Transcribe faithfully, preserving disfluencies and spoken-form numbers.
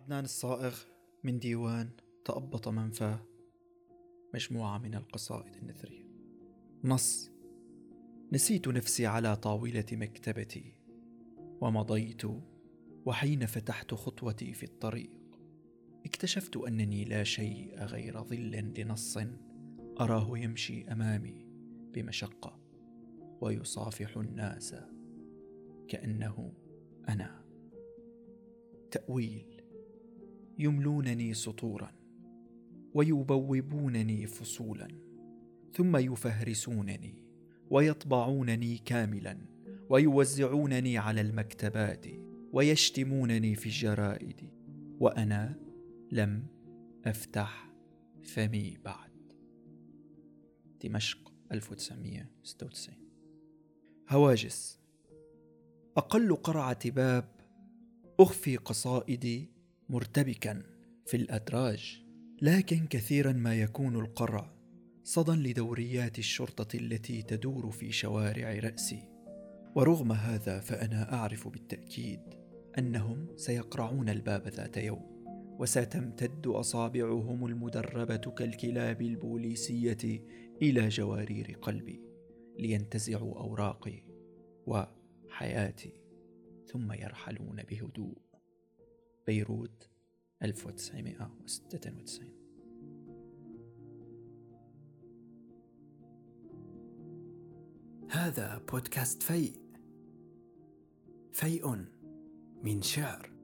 عدنان الصائغ من ديوان تأبط منفاه، مجموعة من القصائد النثرية. نص: نسيت نفسي على طاولة مكتبتي ومضيت، وحين فتحت خطوتي في الطريق اكتشفت أنني لا شيء غير ظل لنص أراه يمشي أمامي بمشقة ويصافح الناس كأنه أنا. تأويل: يملونني سطورا ويبوبونني فصولا، ثم يفهرسونني ويطبعونني كاملا ويوزعونني على المكتبات ويشتمونني في الجرائد، وأنا لم أفتح فمي بعد. دمشق ألف وتسعمائة وستة وتسعين. هواجس: أقل قرعة باب أخفي قصائدي مرتبكا في الأدراج، لكن كثيرا ما يكون القرع صدى لدوريات الشرطة التي تدور في شوارع رأسي، ورغم هذا فأنا أعرف بالتأكيد أنهم سيقرعون الباب ذات يوم، وستمتد أصابعهم المدربة كالكلاب البوليسية إلى جوارير قلبي لينتزعوا أوراقي وحياتي، ثم يرحلون بهدوء. بيروت ألف وتسعمائة وستة وتسعين. هذا بودكاست فيء، فيء من شعر.